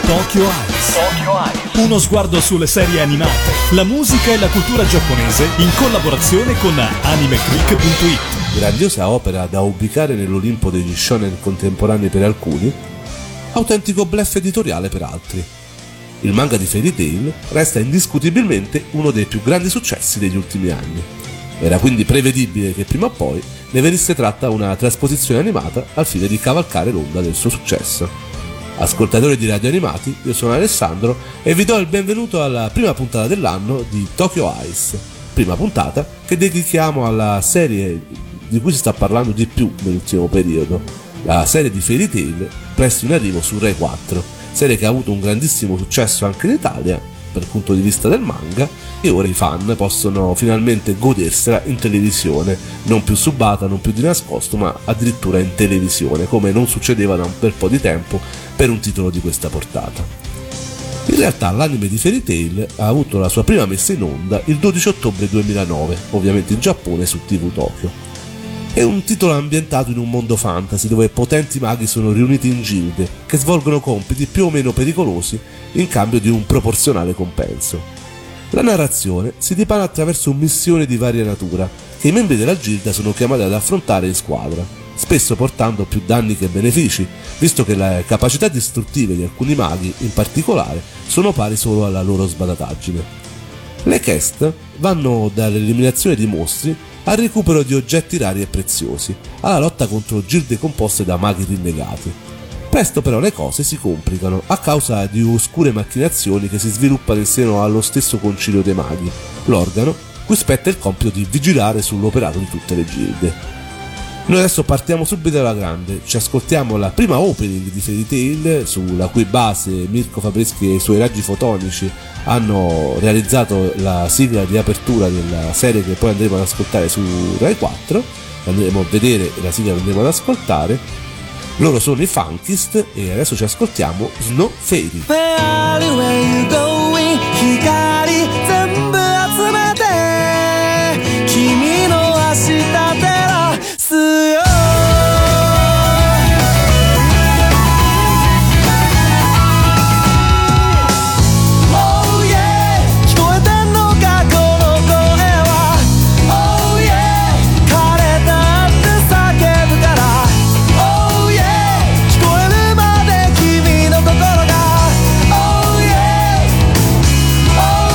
Tokyo Eyes. Uno sguardo sulle serie animate, la musica e la cultura giapponese in collaborazione con AnimeClick.it. Grandiosa opera da ubicare nell'Olimpo degli shonen contemporanei per alcuni, autentico bluff editoriale per altri. Il manga di Fairy Tail resta indiscutibilmente uno dei più grandi successi degli ultimi anni. Era quindi prevedibile che prima o poi ne venisse tratta una trasposizione animata al fine di cavalcare l'onda del suo successo. Ascoltatori di Radio Animati, io sono Alessandro e vi do il benvenuto alla prima puntata dell'anno di Tokyo Eyes, prima puntata che dedichiamo alla serie di cui si sta parlando di più nell'ultimo periodo, la serie di Fairy Tail presto in arrivo su Rai 4, serie che ha avuto un grandissimo successo anche in Italia dal punto di vista del manga, e ora i fan possono finalmente godersela in televisione, non più subata, non più di nascosto, ma addirittura in televisione, come non succedeva da un bel po' di tempo per un titolo di questa portata. In realtà l'anime di Fairy Tail ha avuto la sua prima messa in onda il 12 ottobre 2009, ovviamente in Giappone su TV Tokyo. È un titolo ambientato in un mondo fantasy dove potenti maghi sono riuniti in gilde che svolgono compiti più o meno pericolosi in cambio di un proporzionale compenso. La narrazione si dipana attraverso missioni di varia natura che i membri della gilda sono chiamati ad affrontare in squadra, spesso portando più danni che benefici, visto che le capacità distruttive di alcuni maghi, in particolare, sono pari solo alla loro sbadataggine. Le quest vanno dall'eliminazione di mostri al recupero di oggetti rari e preziosi, alla lotta contro gilde composte da maghi rinnegati. Presto però le cose si complicano a causa di oscure macchinazioni che si sviluppano in seno allo stesso concilio dei maghi, l'organo cui spetta il compito di vigilare sull'operato di tutte le gilde. Noi adesso partiamo subito alla grande, ci ascoltiamo la prima opening di Fairy Tail, sulla cui base Mirko Fabreschi e i suoi raggi fotonici hanno realizzato la sigla di apertura della serie che poi andremo ad ascoltare su Rai 4, andremo a vedere la sigla che andremo ad ascoltare. Loro sono i Funkist e adesso ci ascoltiamo Snow Fairy. Oh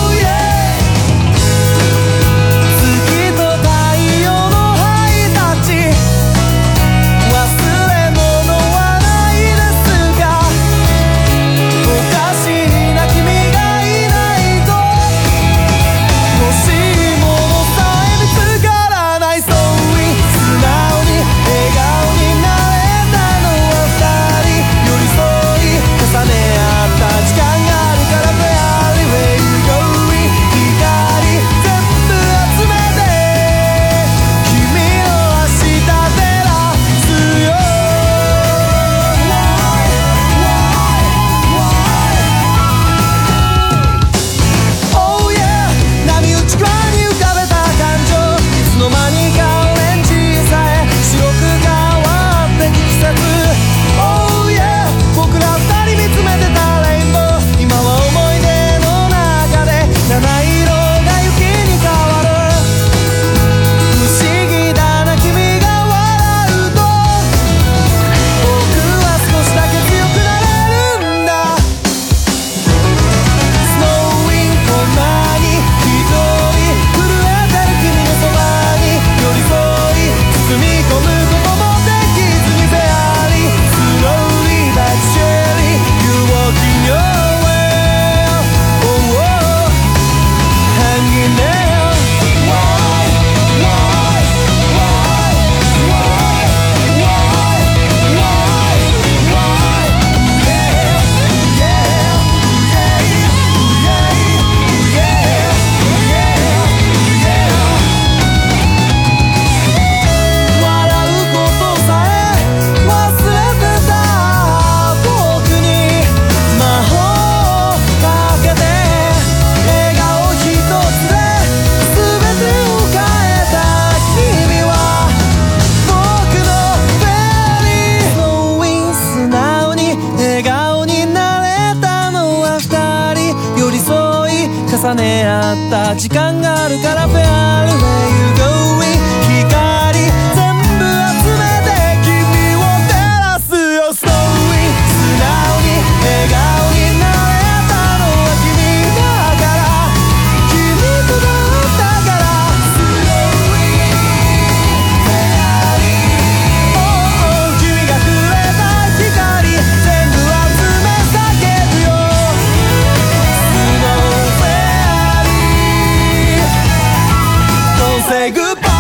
重ね合った時間があるから Where you going 光全部集めて君を照らすよ Slowly 素直に笑顔になれたのは君だから君とだったから Slowly 君がくれた光全部集め叫ぶよ Don't say goodbye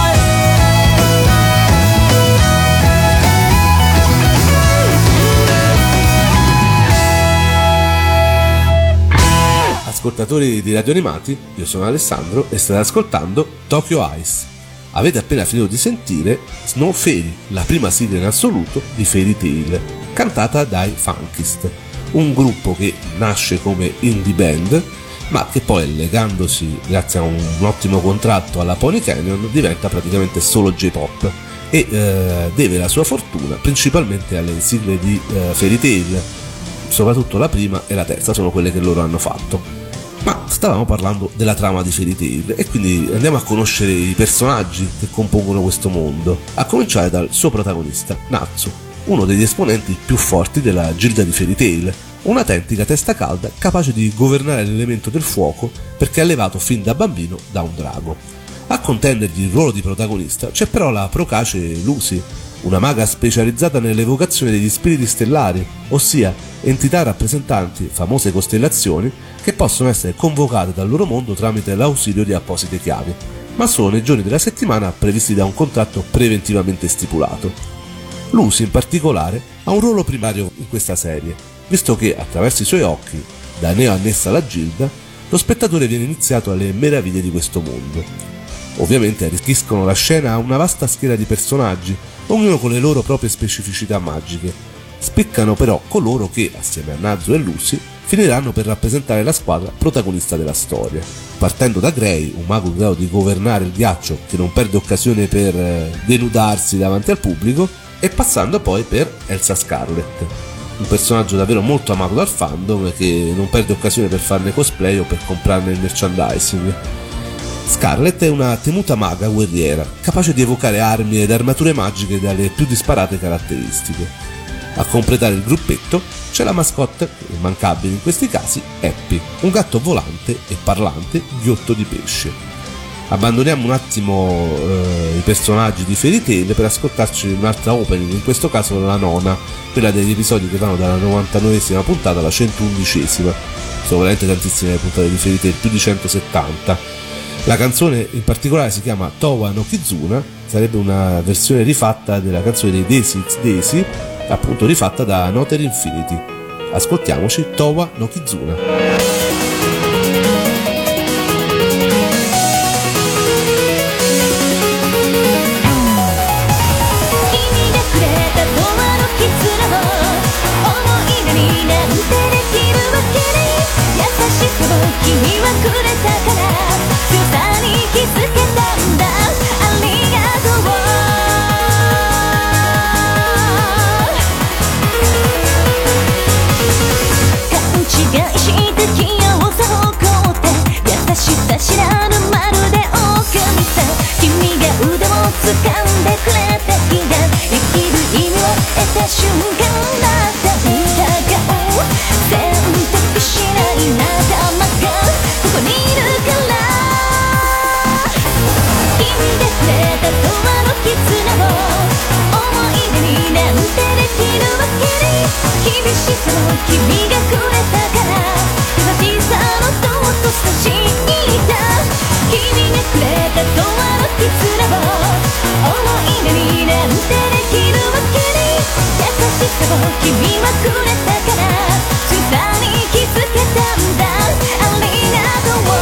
Ascoltatori di Radio Animati, io sono Alessandro e state ascoltando Tokyo Ice. Avete appena finito di sentire Snow Fairy, la prima sigla in assoluto di Fairy Tail, cantata dai Funkist, un gruppo che nasce come indie band ma che poi, legandosi grazie a un ottimo contratto alla Pony Canyon, diventa praticamente solo J-pop e deve la sua fortuna principalmente alle sigle di Fairy Tail, soprattutto la prima e la terza sono quelle che loro hanno fatto. Ma stavamo parlando della trama di Fairy Tail e quindi andiamo a conoscere i personaggi che compongono questo mondo, a cominciare dal suo protagonista, Natsu, uno degli esponenti più forti della gilda di Fairy Tail, un'autentica testa calda capace di governare l'elemento del fuoco perché allevato fin da bambino da un drago. A contendergli il ruolo di protagonista c'è però la procace Lucy, una maga specializzata nell'evocazione degli spiriti stellari, ossia entità rappresentanti famose costellazioni che possono essere convocate dal loro mondo tramite l'ausilio di apposite chiavi, ma solo nei giorni della settimana previsti da un contratto preventivamente stipulato. Lucy in particolare ha un ruolo primario in questa serie, visto che attraverso i suoi occhi, da neo annessa alla gilda, lo spettatore viene iniziato alle meraviglie di questo mondo. Ovviamente arricchiscono la scena una vasta schiera di personaggi, ognuno con le loro proprie specificità magiche. Spiccano però coloro che, assieme a Natsu e Lucy, finiranno per rappresentare la squadra protagonista della storia. Partendo da Gray, un mago in grado di governare il ghiaccio che non perde occasione per denudarsi davanti al pubblico, e passando poi per Elsa Scarlet, un personaggio davvero molto amato dal fandom che non perde occasione per farne cosplay o per comprarne il merchandising. Scarlet è una temuta maga guerriera, capace di evocare armi ed armature magiche dalle più disparate caratteristiche. A completare il gruppetto c'è la mascotte, immancabile in questi casi, Happy, un gatto volante e parlante ghiotto di pesce. Abbandoniamo un attimo i personaggi di Fairy Tail per ascoltarci un'altra opening, in questo caso la nona, quella degli episodi che vanno dalla 99esima puntata alla 111esima. Sono veramente tantissime le puntate di Fairy Tail, più di 170. La canzone in particolare si chiama Towa no Kizuna, sarebbe una versione rifatta della canzone dei Daisy X Daisy, appunto rifatta da Noter Infinity. Ascoltiamoci Towa no Kizuna. 君はくれたから強さに気づけたんだありがとう勘違いした器用さをこって優しさ知らぬまるで狼さ君が腕を掴んでくれた日が生きる意味を得た瞬間だった疑う選択しない仲間がここにいるから君がくれた永遠の絆を思い出になんてできるわけに厳しさも君がくれたから正しさの尊さ知った君がくれた永遠の絆を思い出になんてできるわけに優しさを君はくれたから強さに気づけたんだありがとう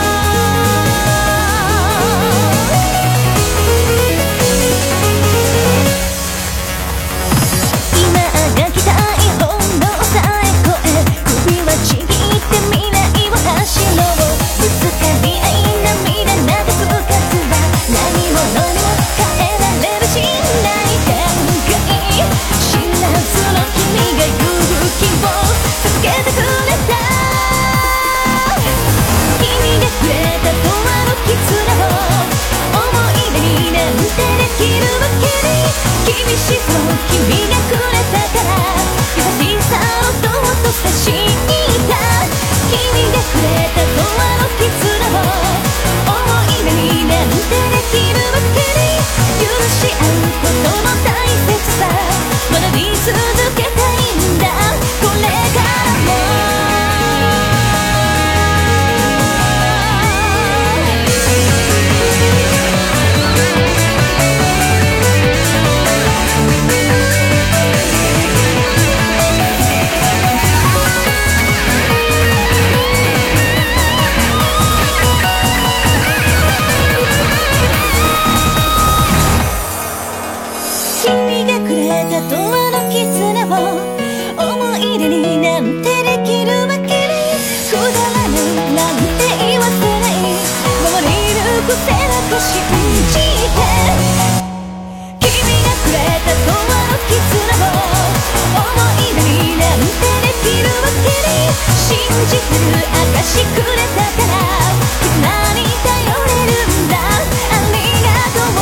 今がきたい本能さえ超え首はちぎって未来を走ろうぶつかり合い涙なく復活は何者にも変えられる信頼展開知らずの君が勇差し引いた君がくれた永遠の絆を思い出になんてできるわけに許し合うことの大切さ学び続けたいんだこれからも君がくれた永遠の絆を思い出になんてできるわけにくだらぬなんて言わせない守り抜く背中信じて君がくれた永遠の絆を思い出になんてできるわけに信じてる証くれたから絆に頼れるんだありがとう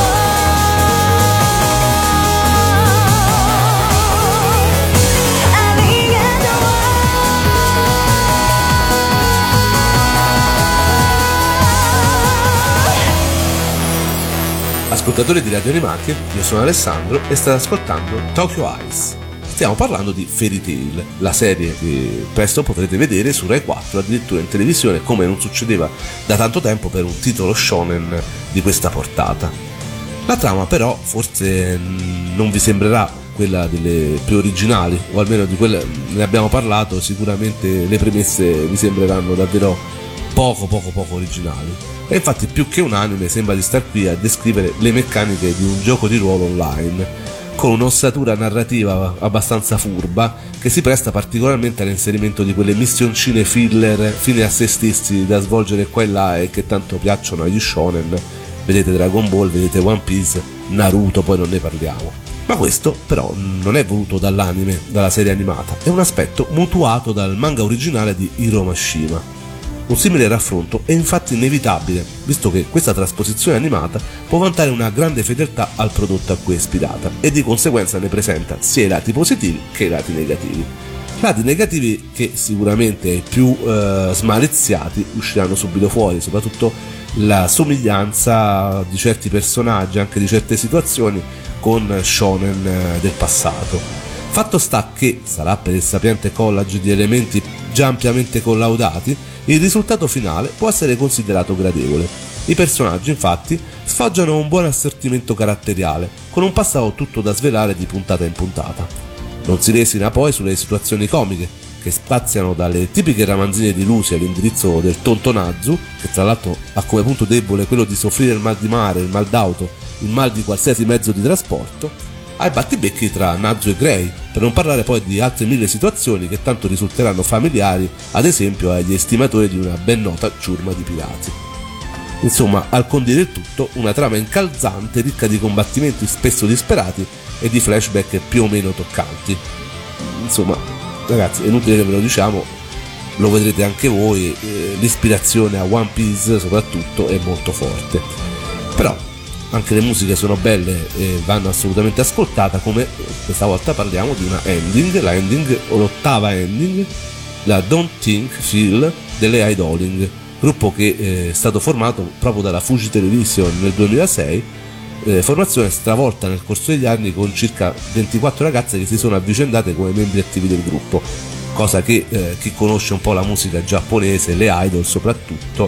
Ascoltatori di Radio Animati, io sono Alessandro e state ascoltando Tokyo Eyes. Stiamo parlando di Fairy Tail, la serie che presto potrete vedere su Rai 4, addirittura in televisione, come non succedeva da tanto tempo per un titolo shonen di questa portata. La trama però forse non vi sembrerà quella delle più originali, o almeno di quelle ne abbiamo parlato, sicuramente le premesse vi sembreranno davvero poco originali. E infatti più che un anime sembra di star qui a descrivere le meccaniche di un gioco di ruolo online, con un'ossatura narrativa abbastanza furba che si presta particolarmente all'inserimento di quelle missioncine filler fine a se stessi da svolgere qua e là e che tanto piacciono agli shonen. Vedete Dragon Ball, vedete One Piece, Naruto, poi non ne parliamo. Ma questo però non è voluto dall'anime, dalla serie animata, è un aspetto mutuato dal manga originale di Hiro Mashima. Un simile raffronto è infatti inevitabile, visto che questa trasposizione animata può vantare una grande fedeltà al prodotto a cui è ispirata e di conseguenza ne presenta sia i lati positivi che i lati negativi. Lati negativi che sicuramente ai più smaliziati usciranno subito fuori, soprattutto la somiglianza di certi personaggi, anche di certe situazioni, con shonen del passato. Fatto sta che, sarà per il sapiente collage di elementi già ampiamente collaudati, il risultato finale può essere considerato gradevole. I personaggi, infatti, sfoggiano un buon assortimento caratteriale, con un passato tutto da svelare di puntata in puntata. Non si lesina poi sulle situazioni comiche, che spaziano dalle tipiche ramanzine di Lucy all'indirizzo del tonto Nazu, che tra l'altro ha come punto debole quello di soffrire il mal di mare, il mal d'auto, il mal di qualsiasi mezzo di trasporto, ai battibecchi tra Nazu e Gray, per non parlare poi di altre 1000 situazioni che tanto risulteranno familiari, ad esempio agli estimatori di una ben nota ciurma di pirati. Insomma, al condire il tutto, una trama incalzante, ricca di combattimenti spesso disperati e di flashback più o meno toccanti. Insomma, ragazzi, è inutile che ve lo diciamo, lo vedrete anche voi, l'ispirazione a One Piece soprattutto è molto forte. Però anche le musiche sono belle e vanno assolutamente ascoltate, come questa volta parliamo di una ending, la ending o l'ottava ending, la Don't Think Feel delle Idoling, gruppo che è stato formato proprio dalla Fuji Television nel 2006, formazione stravolta nel corso degli anni con circa 24 ragazze che si sono avvicendate come membri attivi del gruppo, cosa che chi conosce un po' la musica giapponese, le idol soprattutto,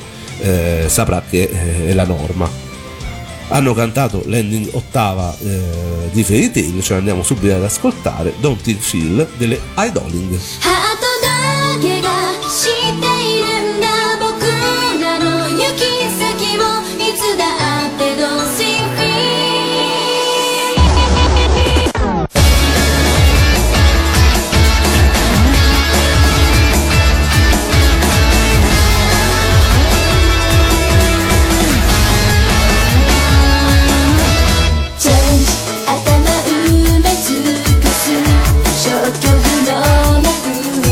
saprà che è la norma. Hanno cantato l'ending ottava di Fairy Tail, ce l'andiamo subito ad ascoltare, Don't Think Feel delle Idoling. 頭埋め尽くす消極のな風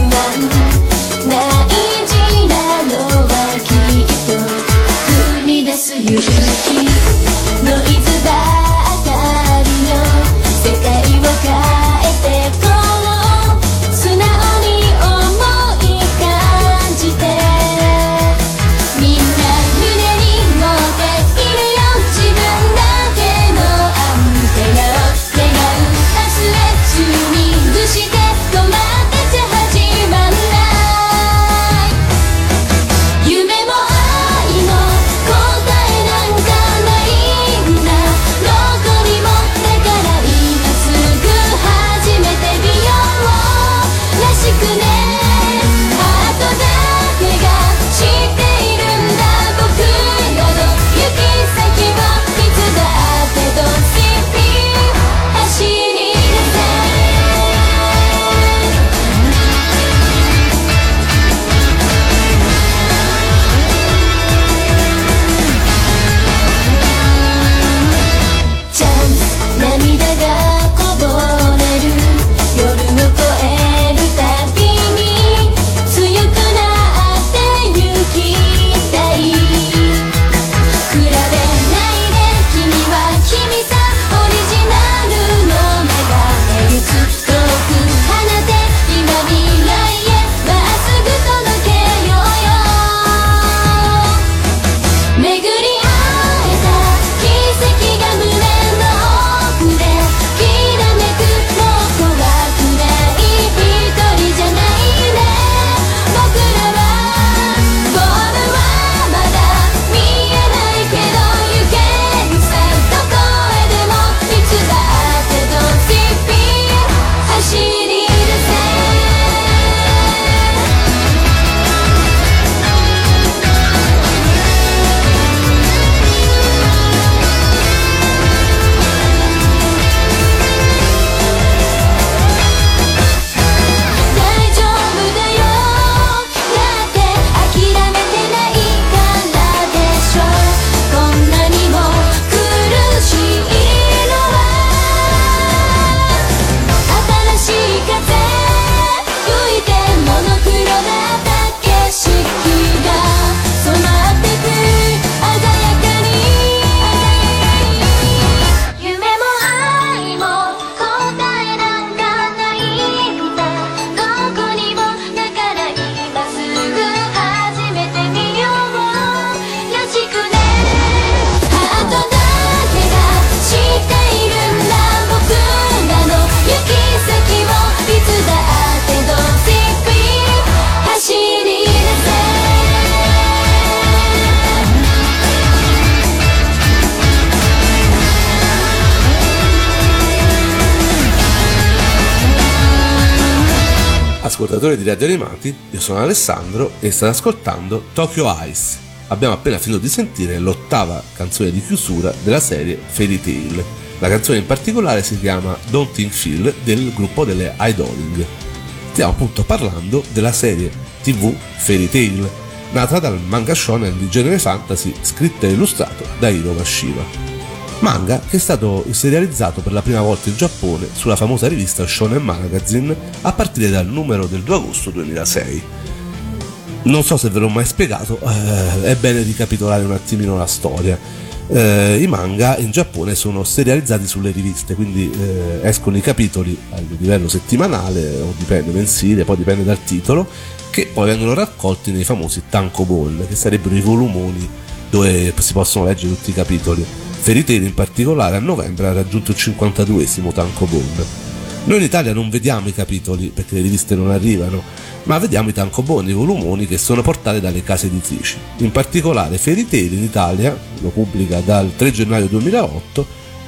ascoltatori di Radio Animati, io sono Alessandro e state ascoltando Tokyo Ice. Abbiamo appena finito di sentire l'ottava canzone di chiusura della serie Fairy Tail. La canzone in particolare si chiama Don't Think Feel del gruppo delle Idoling. Stiamo appunto parlando della serie TV Fairy Tail, nata dal manga shonen di genere fantasy scritto e illustrato da Hiro Mashima. Manga che è stato serializzato per la prima volta in Giappone sulla famosa rivista Shonen Magazine a partire dal numero del 2 agosto 2006. Non so se ve l'ho mai spiegato, è bene ricapitolare un attimino la storia. I manga in Giappone sono serializzati sulle riviste, quindi escono i capitoli a livello settimanale o dipende mensile, poi dipende dal titolo, che poi vengono raccolti nei famosi tankobon, che sarebbero i volumoni dove si possono leggere tutti i capitoli. Fairy Tail in particolare a novembre ha raggiunto il 52esimo tankobon. Noi in Italia non vediamo i capitoli perché le riviste non arrivano, ma vediamo i tankobon, i volumoni che sono portati dalle case editrici. In particolare Fairy Tail in Italia lo pubblica dal 3 gennaio 2008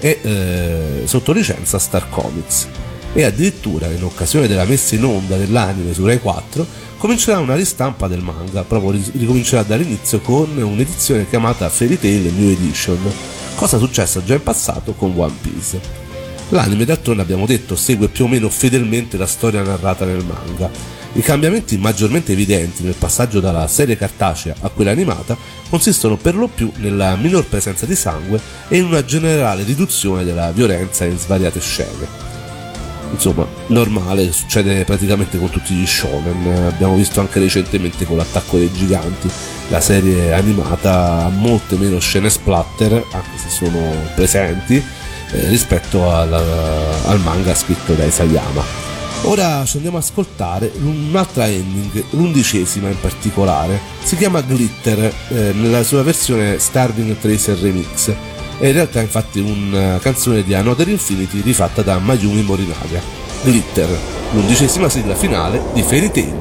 e sotto licenza Star Comics. E addirittura in occasione della messa in onda dell'anime su Rai 4 comincerà una ristampa del manga, proprio ricomincerà dall'inizio con un'edizione chiamata Fairy Tail New Edition, cosa successa già in passato con One Piece. L'anime d'altronde, abbiamo detto, segue più o meno fedelmente la storia narrata nel manga. I cambiamenti maggiormente evidenti nel passaggio dalla serie cartacea a quella animata consistono per lo più nella minor presenza di sangue e in una generale riduzione della violenza in svariate scene. Insomma, normale, succede praticamente con tutti gli shonen. Abbiamo visto anche recentemente con l'Attacco dei Giganti, la serie animata ha molte meno scene splatter, anche se sono presenti, rispetto al manga scritto da Isayama. Ora ci andiamo ad ascoltare un'altra ending, l'11ª in particolare, si chiama Glitter, nella sua versione Starving Tracer Remix. È in realtà infatti una canzone di Another Infinity rifatta da Mayumi Morinaga. Glitter, l'11ª sigla finale di Fairy Tail.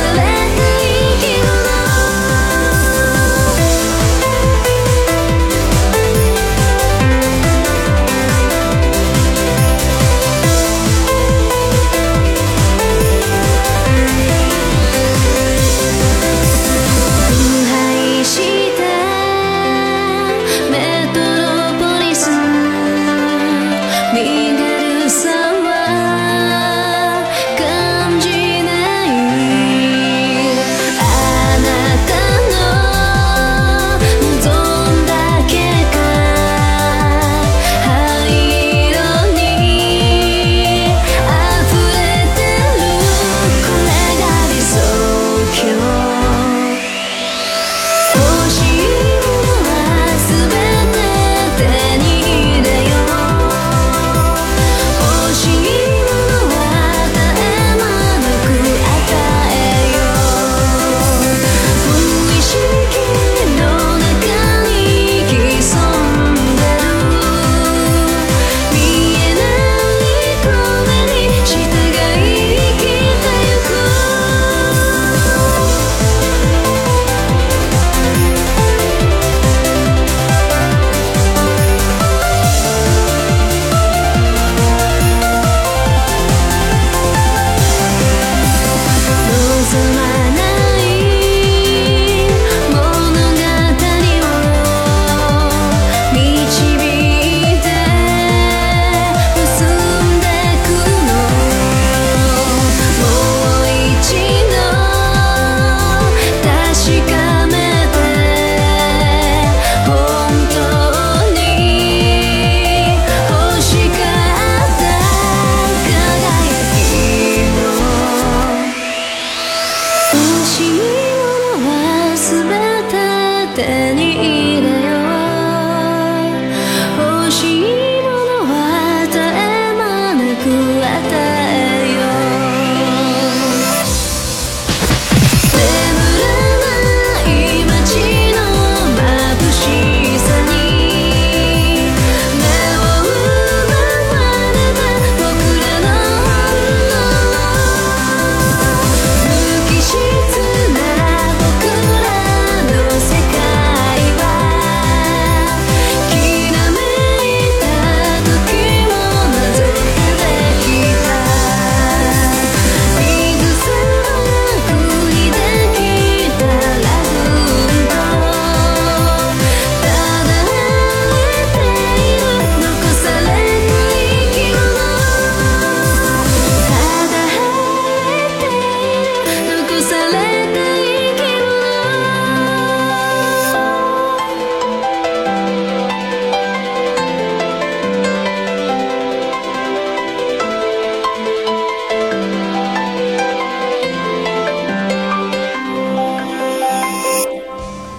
「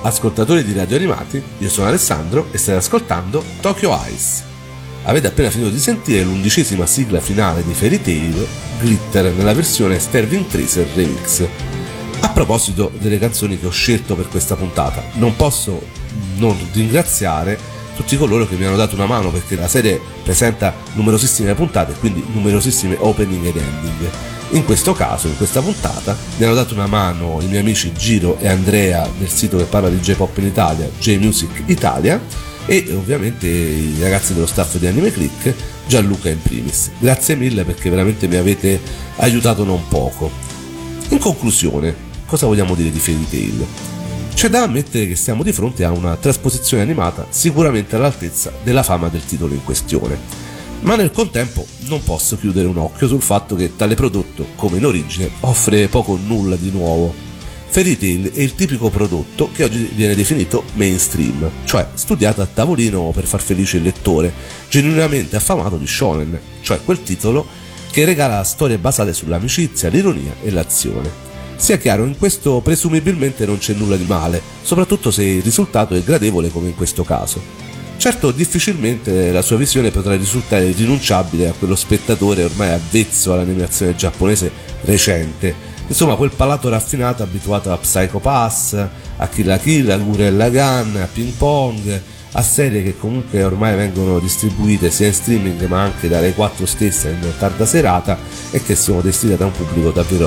ascoltatori di Radio Animati, io sono Alessandro e state ascoltando Tokyo Ice. Avete appena finito di sentire l'11ª sigla finale di Fairy Tail, Glitter, nella versione Sterling Tracer Remix. A proposito delle canzoni che ho scelto per questa puntata, non posso non ringraziare tutti coloro che mi hanno dato una mano, perché la serie presenta numerosissime puntate e quindi numerosissime opening ed ending. In questo caso, in questa puntata, mi hanno dato una mano i miei amici Giro e Andrea del sito che parla di J-Pop in Italia, J-Music Italia, e ovviamente i ragazzi dello staff di Anime Click, Gianluca in primis. Grazie mille, perché veramente mi avete aiutato non poco. In conclusione, cosa vogliamo dire di Fairy Tail? C'è da ammettere che siamo di fronte a una trasposizione animata sicuramente all'altezza della fama del titolo in questione. Ma nel contempo non posso chiudere un occhio sul fatto che tale prodotto, come in origine, offre poco o nulla di nuovo. Fairy Tail è il tipico prodotto che oggi viene definito mainstream, cioè studiato a tavolino per far felice il lettore, genuinamente affamato di shonen, cioè quel titolo che regala storie basate sull'amicizia, l'ironia e l'azione. Sia chiaro, in questo presumibilmente non c'è nulla di male, soprattutto se il risultato è gradevole come in questo caso. Certo, difficilmente la sua visione potrà risultare irrinunciabile a quello spettatore ormai avvezzo all'animazione giapponese recente, insomma quel palato raffinato abituato a Psycho Pass, a Kill la Kill, a Gurren Lagann, a Ping Pong, a serie che comunque ormai vengono distribuite sia in streaming ma anche da Rai 4 stessa in tarda serata e che sono destinate a un pubblico davvero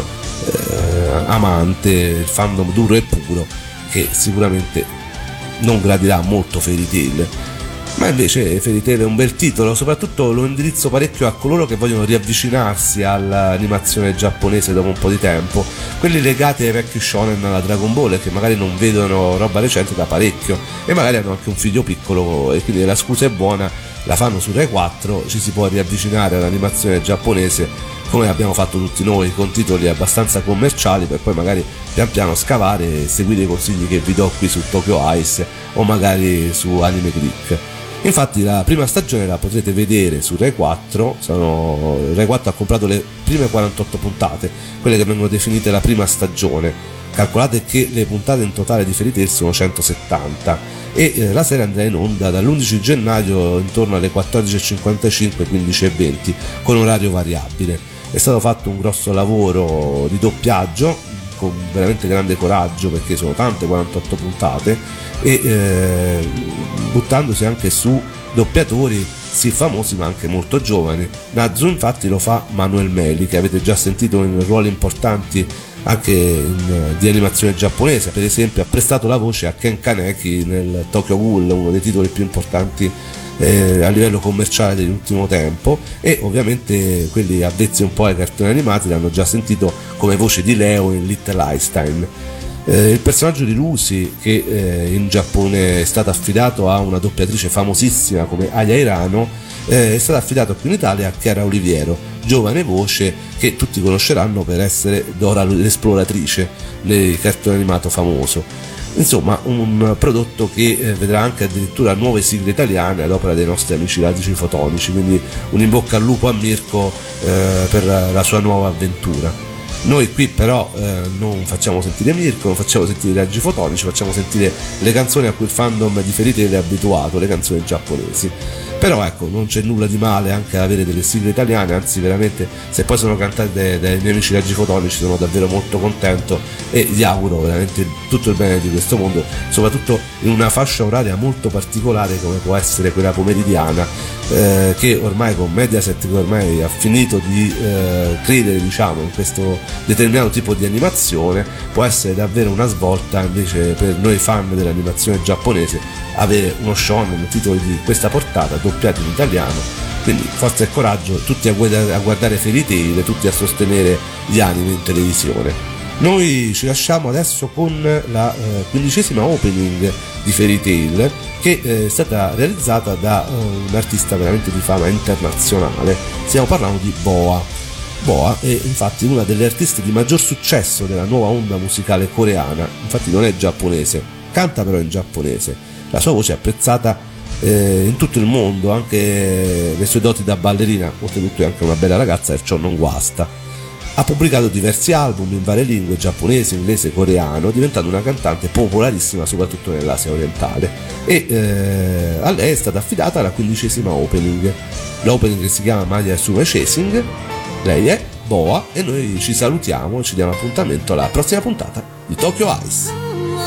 amante, il fandom duro e puro, che sicuramente non gradirà molto Fairy Tail. Ma invece Fairy Tail è un bel titolo, soprattutto lo indirizzo parecchio a coloro che vogliono riavvicinarsi all'animazione giapponese dopo un po' di tempo, quelli legati ai vecchi shonen alla Dragon Ball e che magari non vedono roba recente da parecchio e magari hanno anche un figlio piccolo e quindi la scusa è buona, la fanno su Rai 4, ci si può riavvicinare all'animazione giapponese come abbiamo fatto tutti noi, con titoli abbastanza commerciali, per poi magari pian piano scavare e seguire i consigli che vi do qui su Tokyo Ice o magari su Anime Click. Infatti la prima stagione la potrete vedere su Rai 4, Rai 4 ha comprato le prime 48 puntate, quelle che vengono definite la prima stagione. Calcolate che le puntate in totale di Fairy Tail sono 170 e la serie andrà in onda dall'11 gennaio intorno alle 14.55, 15.20 con orario variabile. È stato fatto un grosso lavoro di doppiaggio con veramente grande coraggio, perché sono tante 48 puntate e buttandosi anche su doppiatori sì famosi ma anche molto giovani. Nazu infatti lo fa Manuel Meli, che avete già sentito in ruoli importanti anche di animazione giapponese, per esempio ha prestato la voce a Ken Kaneki nel Tokyo Ghoul, uno dei titoli più importanti a livello commerciale dell'ultimo tempo, e ovviamente quelli avvezzi un po' ai cartoni animati l'hanno già sentito come voce di Leo in Little Einstein. Il personaggio di Lucy, che in Giappone è stato affidato a una doppiatrice famosissima come Aya Hirano, è stato affidato qui in Italia a Chiara Oliviero, giovane voce che tutti conosceranno per essere Dora l'esploratrice nel cartone animato famoso. Insomma, un prodotto che vedrà anche addirittura nuove sigle italiane ad opera dei nostri amici Radici Fotonici, quindi un in bocca al lupo a Mirko per la sua nuova avventura. Noi qui però non facciamo sentire Mirko, non facciamo sentire i Raggi Fotonici, facciamo sentire le canzoni a cui il fandom di Fairy Tail è abituato, le canzoni giapponesi. Però ecco, non c'è nulla di male anche ad avere delle sigle italiane, anzi veramente se poi sono cantate dai miei amici Raggi Fotonici sono davvero molto contento e gli auguro veramente tutto il bene di questo mondo, soprattutto in una fascia oraria molto particolare come può essere quella pomeridiana, che ormai con Mediaset, che ormai ha finito di credere diciamo in questo determinato tipo di animazione, può essere davvero una svolta invece per noi fan dell'animazione giapponese avere uno shonen, titoli di questa portata doppiati in italiano. Quindi forza e coraggio, tutti a guardare Fairy Tail, tutti a sostenere gli anime in televisione. Noi ci lasciamo adesso con la 15ª opening di Fairy Tail, che è stata realizzata da un artista veramente di fama internazionale. Stiamo parlando di Boa. Boa è infatti una delle artiste di maggior successo della nuova onda musicale coreana, infatti non è giapponese, canta però in giapponese. La sua voce è apprezzata in tutto il mondo, anche le sue doti da ballerina, oltretutto è anche una bella ragazza e ciò non guasta. Ha pubblicato diversi album in varie lingue, giapponese, inglese, coreano, diventando una cantante popolarissima soprattutto nell'Asia orientale, e a lei è stata affidata la 15ª opening. L'opening si chiama Maya Sume Chasing, lei è Boa e noi ci salutiamo e ci diamo appuntamento alla prossima puntata di Tokyo Ice.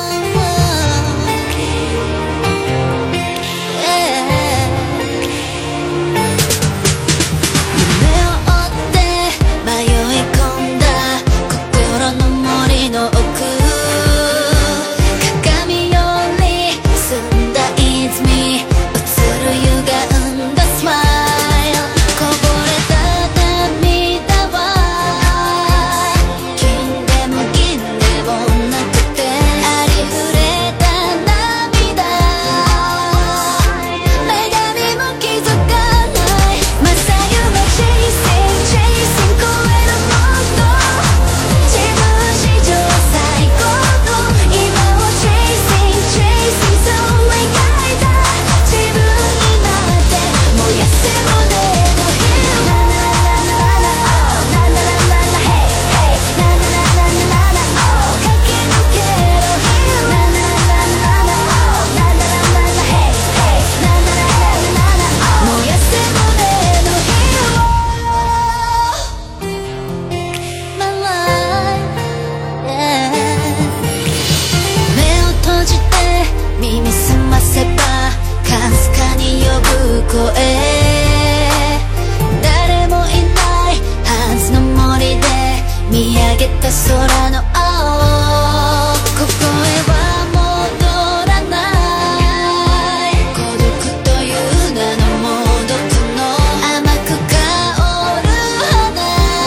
空の青ここへは戻らない孤独という名のもどくの甘く香る花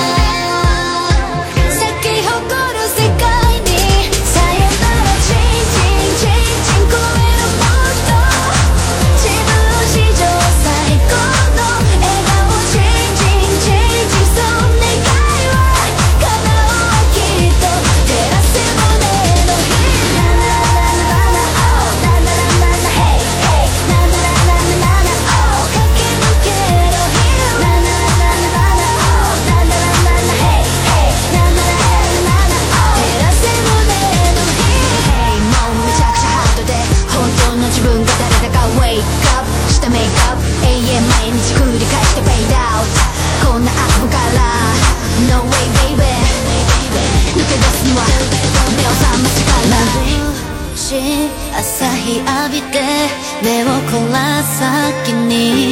咲き誇る世界にさよならチェンジンチェンジン超えるもっと自分史上最高の笑顔チェンジンチェンジンそん願いは叶うわきっと照らせ胸の火ララララララララララ Hey hey ラララララララ駆け抜けろ Here ララララララララララ Hey hey ララララララ照らせ胸の火 Hey もうめちゃくちゃハートで本当の自分が誰だか Wake up したメイクアップ永遠毎日繰り返して Fade out こんな悪夢から No way baby 抜け出すには目を覚ませから眩しい朝日浴びて目を凝らす先に